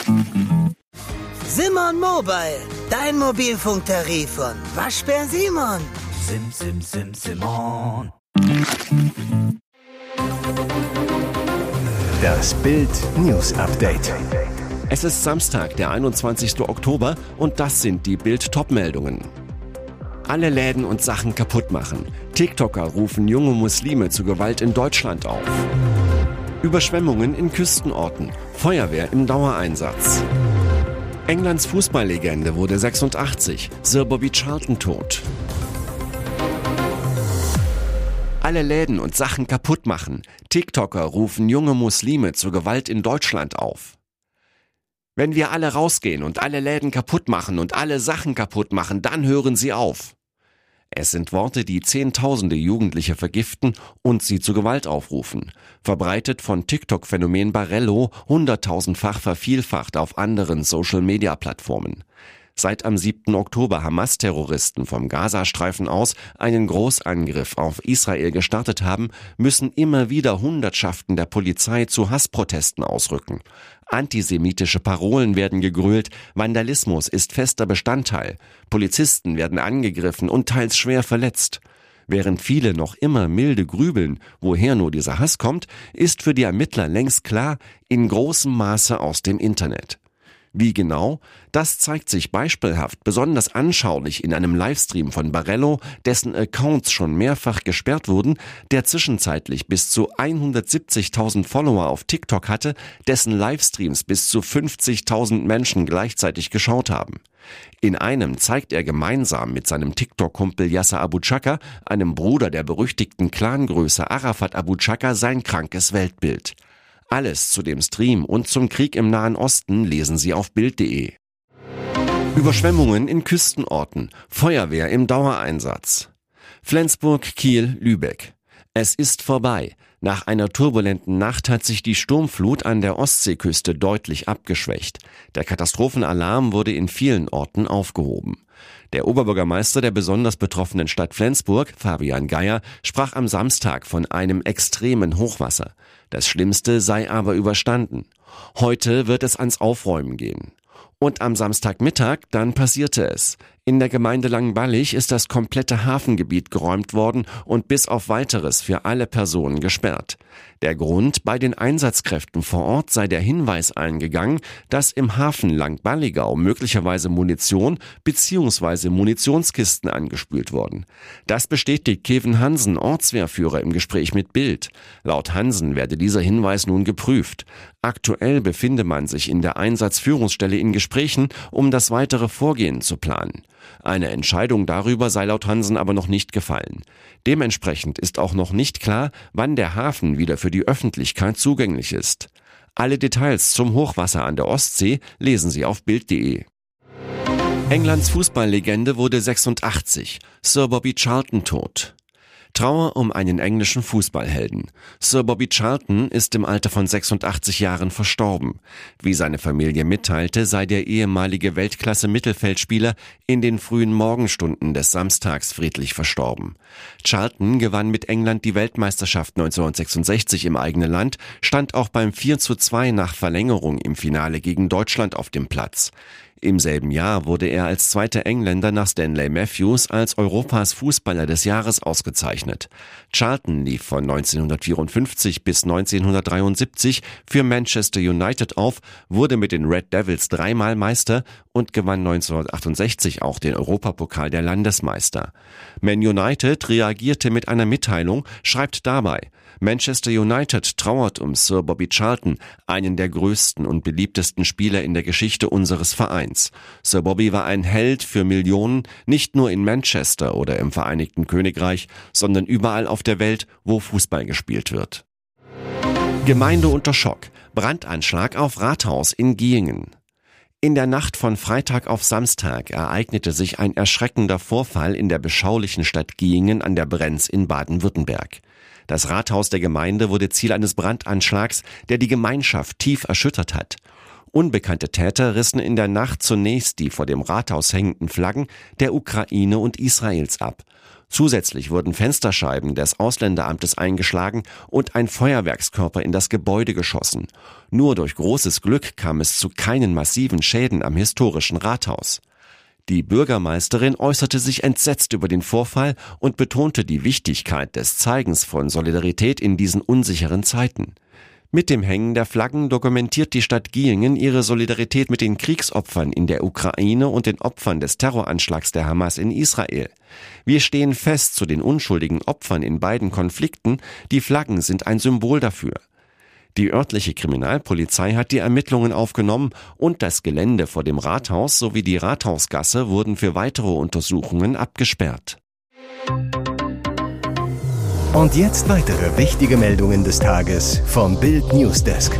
Simon Mobile, dein Mobilfunktarif von Waschbär Simon. Simon. Das Bild News Update. Es ist Samstag, der 21. Oktober und das sind die Bild-Top-Meldungen. Alle Läden und Sachen kaputt machen. TikToker rufen junge Muslime zu Gewalt in Deutschland auf. Überschwemmungen in Küstenorten. Feuerwehr im Dauereinsatz. Englands Fußballlegende wurde 86. Sir Bobby Charlton tot. Alle Läden und Sachen kaputt machen. TikToker rufen junge Muslime zu Gewalt in Deutschland auf. Wenn wir alle rausgehen und alle Läden kaputt machen und alle Sachen kaputt machen, dann hören sie auf. Es sind Worte, die Zehntausende Jugendliche vergiften und sie zu Gewalt aufrufen. Verbreitet von TikTok-Phänomen Barello, 100.000-fach vervielfacht auf anderen Social-Media-Plattformen. Seit am 7. Oktober Hamas-Terroristen vom Gazastreifen aus einen Großangriff auf Israel gestartet haben, müssen immer wieder Hundertschaften der Polizei zu Hassprotesten ausrücken. Antisemitische Parolen werden gegrölt, Vandalismus ist fester Bestandteil, Polizisten werden angegriffen und teils schwer verletzt. Während viele noch immer milde grübeln, woher nur dieser Hass kommt, ist für die Ermittler längst klar, in großem Maße aus dem Internet. Wie genau? Das zeigt sich beispielhaft besonders anschaulich in einem Livestream von Barello, dessen Accounts schon mehrfach gesperrt wurden, der zwischenzeitlich bis zu 170.000 Follower auf TikTok hatte, dessen Livestreams bis zu 50.000 Menschen gleichzeitig geschaut haben. In einem zeigt er gemeinsam mit seinem TikTok-Kumpel Yasser Abu Chaka, einem Bruder der berüchtigten Clangröße Arafat Abu Chaka, sein krankes Weltbild. Alles zu dem Stream und zum Krieg im Nahen Osten lesen Sie auf Bild.de. Überschwemmungen in Küstenorten. Feuerwehr im Dauereinsatz. Flensburg, Kiel, Lübeck. Es ist vorbei. Nach einer turbulenten Nacht hat sich die Sturmflut an der Ostseeküste deutlich abgeschwächt. Der Katastrophenalarm wurde in vielen Orten aufgehoben. Der Oberbürgermeister der besonders betroffenen Stadt Flensburg, Fabian Geier, sprach am Samstag von einem extremen Hochwasser. Das Schlimmste sei aber überstanden. Heute wird es ans Aufräumen gehen. Und am Samstagmittag, dann passierte es. In der Gemeinde Langenballig ist das komplette Hafengebiet geräumt worden und bis auf Weiteres für alle Personen gesperrt. Der Grund: bei den Einsatzkräften vor Ort sei der Hinweis eingegangen, dass im Hafen Langballigau möglicherweise Munition bzw. Munitionskisten angespült wurden. Das bestätigt Kevin Hansen, Ortswehrführer, im Gespräch mit Bild. Laut Hansen werde dieser Hinweis nun geprüft. Aktuell befinde man sich in der Einsatzführungsstelle in Gesprächen, um das weitere Vorgehen zu planen. Eine Entscheidung darüber sei laut Hansen aber noch nicht gefallen. Dementsprechend ist auch noch nicht klar, wann der Hafen wieder für die Öffentlichkeit zugänglich ist. Alle Details zum Hochwasser an der Ostsee lesen Sie auf Bild.de. Englands Fußballlegende wurde 86. Sir Bobby Charlton tot. Trauer um einen englischen Fußballhelden. Sir Bobby Charlton ist im Alter von 86 Jahren verstorben. Wie seine Familie mitteilte, sei der ehemalige Weltklasse-Mittelfeldspieler in den frühen Morgenstunden des Samstags friedlich verstorben. Charlton gewann mit England die Weltmeisterschaft 1966 im eigenen Land, stand auch beim 4:2 nach Verlängerung im Finale gegen Deutschland auf dem Platz. Im selben Jahr wurde er als zweiter Engländer nach Stanley Matthews als Europas Fußballer des Jahres ausgezeichnet. Charlton lief von 1954 bis 1973 für Manchester United auf, wurde mit den Red Devils dreimal Meister und gewann 1968 auch den Europapokal der Landesmeister. Man United reagierte mit einer Mitteilung, schreibt dabei: Manchester United trauert um Sir Bobby Charlton, einen der größten und beliebtesten Spieler in der Geschichte unseres Vereins. Sir Bobby war ein Held für Millionen, nicht nur in Manchester oder im Vereinigten Königreich, sondern überall auf der Welt, wo Fußball gespielt wird. Gemeinde unter Schock. Brandanschlag auf Rathaus in Giengen. In der Nacht von Freitag auf Samstag ereignete sich ein erschreckender Vorfall in der beschaulichen Stadt Giengen an der Brenz in Baden-Württemberg. Das Rathaus der Gemeinde wurde Ziel eines Brandanschlags, der die Gemeinschaft tief erschüttert hat. Unbekannte Täter rissen in der Nacht zunächst die vor dem Rathaus hängenden Flaggen der Ukraine und Israels ab. Zusätzlich wurden Fensterscheiben des Ausländeramtes eingeschlagen und ein Feuerwerkskörper in das Gebäude geschossen. Nur durch großes Glück kam es zu keinen massiven Schäden am historischen Rathaus. Die Bürgermeisterin äußerte sich entsetzt über den Vorfall und betonte die Wichtigkeit des Zeigens von Solidarität in diesen unsicheren Zeiten. Mit dem Hängen der Flaggen dokumentiert die Stadt Giengen ihre Solidarität mit den Kriegsopfern in der Ukraine und den Opfern des Terroranschlags der Hamas in Israel. Wir stehen fest zu den unschuldigen Opfern in beiden Konflikten, die Flaggen sind ein Symbol dafür. Die örtliche Kriminalpolizei hat die Ermittlungen aufgenommen und das Gelände vor dem Rathaus sowie die Rathausgasse wurden für weitere Untersuchungen abgesperrt. Und jetzt weitere wichtige Meldungen des Tages vom Bild Newsdesk.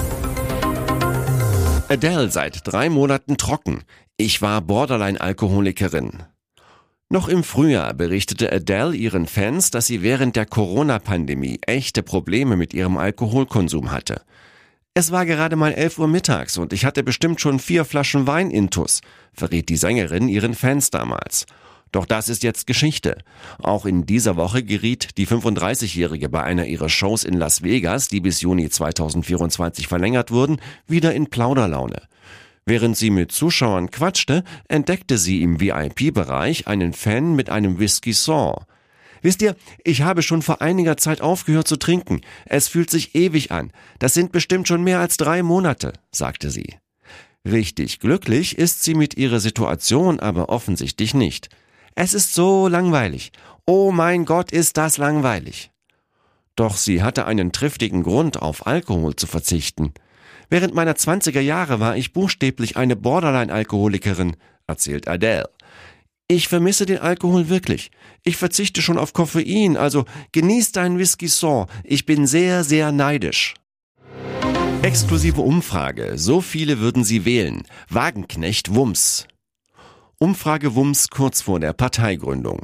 Adele seit 3 Monaten trocken. Ich war Borderline-Alkoholikerin. Noch im Frühjahr berichtete Adele ihren Fans, dass sie während der Corona-Pandemie echte Probleme mit ihrem Alkoholkonsum hatte. Es war gerade mal 11 Uhr mittags und ich hatte bestimmt schon 4 Flaschen Wein intus, verriet die Sängerin ihren Fans damals. Doch das ist jetzt Geschichte. Auch in dieser Woche geriet die 35-Jährige bei einer ihrer Shows in Las Vegas, die bis Juni 2024 verlängert wurden, wieder in Plauderlaune. Während sie mit Zuschauern quatschte, entdeckte sie im VIP-Bereich einen Fan mit einem Whisky Sour. Wisst ihr, ich habe schon vor einiger Zeit aufgehört zu trinken. Es fühlt sich ewig an. Das sind bestimmt schon mehr als 3 Monate, sagte sie. Richtig glücklich ist sie mit ihrer Situation aber offensichtlich nicht. Es ist so langweilig. Oh mein Gott, ist das langweilig. Doch sie hatte einen triftigen Grund, auf Alkohol zu verzichten. Während meiner 20er Jahre war ich buchstäblich eine Borderline-Alkoholikerin, erzählt Adele. Ich vermisse den Alkohol wirklich. Ich verzichte schon auf Koffein, also genieß deinen Whisky Sour. Ich bin sehr, sehr neidisch. Exklusive Umfrage. So viele würden sie wählen. Wagenknecht Wumms. Umfrage Wumms kurz vor der Parteigründung.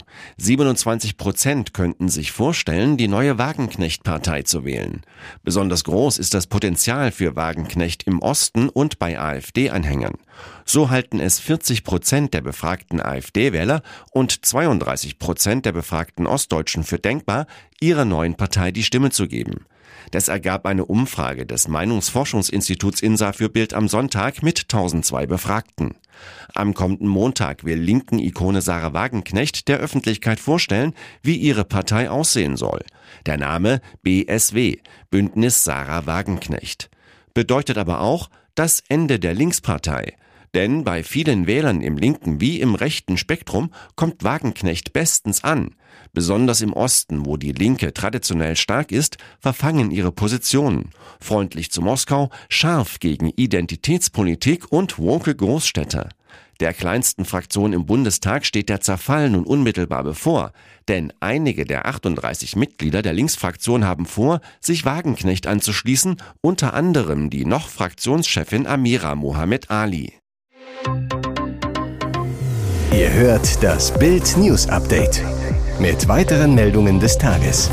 27% könnten sich vorstellen, die neue Wagenknecht-Partei zu wählen. Besonders groß ist das Potenzial für Wagenknecht im Osten und bei AfD-Anhängern. So halten es 40% der befragten AfD-Wähler und 32% der befragten Ostdeutschen für denkbar, ihrer neuen Partei die Stimme zu geben. Das ergab eine Umfrage des Meinungsforschungsinstituts INSA für Bild am Sonntag mit 1002 Befragten. Am kommenden Montag will linken Ikone Sarah Wagenknecht der Öffentlichkeit vorstellen, wie ihre Partei aussehen soll. Der Name BSW, Bündnis Sarah Wagenknecht. Bedeutet aber auch das Ende der Linkspartei. Denn bei vielen Wählern im linken wie im rechten Spektrum kommt Wagenknecht bestens an. Besonders im Osten, wo die Linke traditionell stark ist, verfangen ihre Positionen. Freundlich zu Moskau, scharf gegen Identitätspolitik und woke Großstädter. Der kleinsten Fraktion im Bundestag steht der Zerfall nun unmittelbar bevor. Denn einige der 38 Mitglieder der Linksfraktion haben vor, sich Wagenknecht anzuschließen, unter anderem die noch Fraktionschefin Amira Mohamed Ali. Ihr hört das Bild News Update mit weiteren Meldungen des Tages.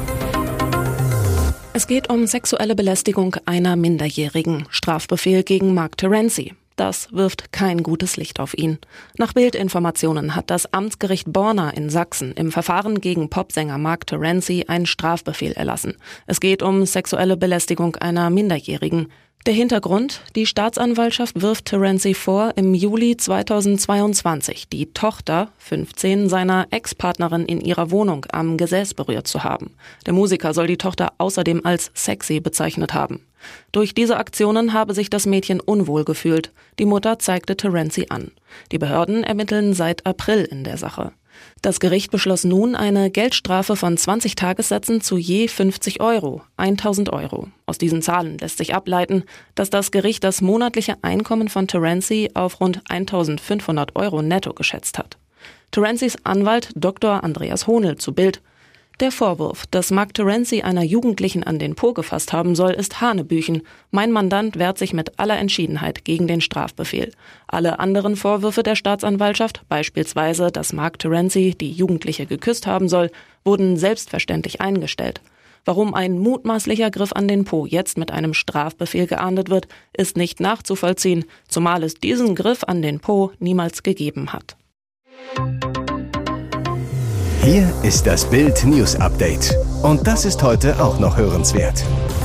Es geht um sexuelle Belästigung einer Minderjährigen. Strafbefehl gegen Mark Terenzi. Das wirft kein gutes Licht auf ihn. Nach Bildinformationen hat das Amtsgericht Borna in Sachsen im Verfahren gegen Popsänger Mark Terenzi einen Strafbefehl erlassen. Es geht um sexuelle Belästigung einer Minderjährigen. Der Hintergrund: Die Staatsanwaltschaft wirft Terenzi vor, im Juli 2022 die Tochter, 15, seiner Ex-Partnerin in ihrer Wohnung am Gesäß berührt zu haben. Der Musiker soll die Tochter außerdem als sexy bezeichnet haben. Durch diese Aktionen habe sich das Mädchen unwohl gefühlt. Die Mutter zeigte Terenzi an. Die Behörden ermitteln seit April in der Sache. Das Gericht beschloss nun eine Geldstrafe von 20 Tagessätzen zu je 50 Euro, 1.000 Euro. Aus diesen Zahlen lässt sich ableiten, dass das Gericht das monatliche Einkommen von Terenzi auf rund 1.500 Euro netto geschätzt hat. Terenzis Anwalt Dr. Andreas Hohnel zu Bild: Der Vorwurf, dass Mark Terenzi einer Jugendlichen an den Po gefasst haben soll, ist Hanebüchen. Mein Mandant wehrt sich mit aller Entschiedenheit gegen den Strafbefehl. Alle anderen Vorwürfe der Staatsanwaltschaft, beispielsweise, dass Mark Terenzi die Jugendliche geküsst haben soll, wurden selbstverständlich eingestellt. Warum ein mutmaßlicher Griff an den Po jetzt mit einem Strafbefehl geahndet wird, ist nicht nachzuvollziehen, zumal es diesen Griff an den Po niemals gegeben hat. Hier ist das Bild News Update. Und das ist heute auch noch hörenswert.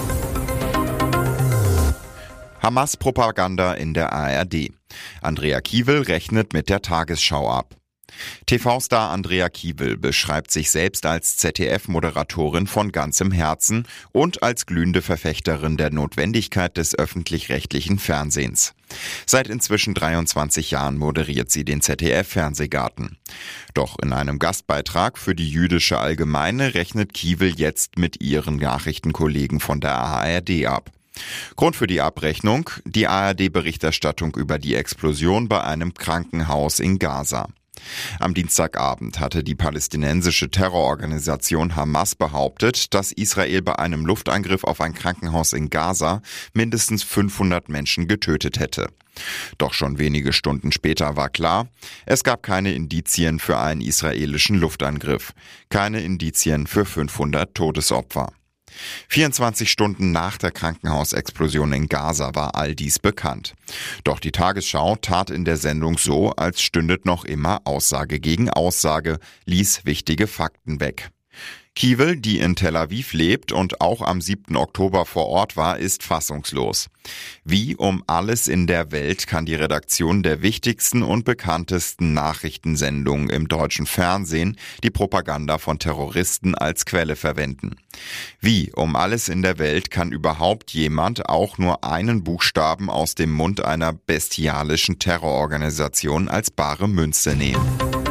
Hamas-Propaganda in der ARD. Andrea Kiewel rechnet mit der Tagesschau ab. TV-Star Andrea Kiewel beschreibt sich selbst als ZDF-Moderatorin von ganzem Herzen und als glühende Verfechterin der Notwendigkeit des öffentlich-rechtlichen Fernsehens. Seit inzwischen 23 Jahren moderiert sie den ZDF-Fernsehgarten. Doch in einem Gastbeitrag für die Jüdische Allgemeine rechnet Kiewel jetzt mit ihren Nachrichtenkollegen von der ARD ab. Grund für die Abrechnung: die ARD-Berichterstattung über die Explosion bei einem Krankenhaus in Gaza. Am Dienstagabend hatte die palästinensische Terrororganisation Hamas behauptet, dass Israel bei einem Luftangriff auf ein Krankenhaus in Gaza mindestens 500 Menschen getötet hätte. Doch schon wenige Stunden später war klar, es gab keine Indizien für einen israelischen Luftangriff, keine Indizien für 500 Todesopfer. 24 Stunden nach der Krankenhausexplosion in Gaza war all dies bekannt. Doch die Tagesschau tat in der Sendung so, als stünde noch immer Aussage gegen Aussage, ließ wichtige Fakten weg. Kiewel, die in Tel Aviv lebt und auch am 7. Oktober vor Ort war, ist fassungslos. Wie um alles in der Welt kann die Redaktion der wichtigsten und bekanntesten Nachrichtensendungen im deutschen Fernsehen die Propaganda von Terroristen als Quelle verwenden? Wie um alles in der Welt kann überhaupt jemand auch nur einen Buchstaben aus dem Mund einer bestialischen Terrororganisation als bare Münze nehmen?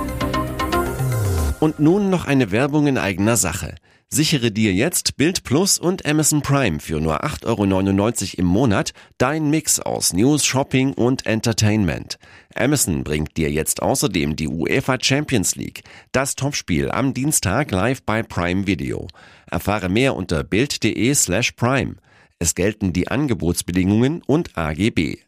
Und nun noch eine Werbung in eigener Sache. Sichere dir jetzt Bild Plus und Amazon Prime für nur 8,99 € im Monat dein Mix aus News, Shopping und Entertainment. Amazon bringt dir jetzt außerdem die UEFA Champions League, das Topspiel am Dienstag live bei Prime Video. Erfahre mehr unter bild.de/prime. Es gelten die Angebotsbedingungen und AGB.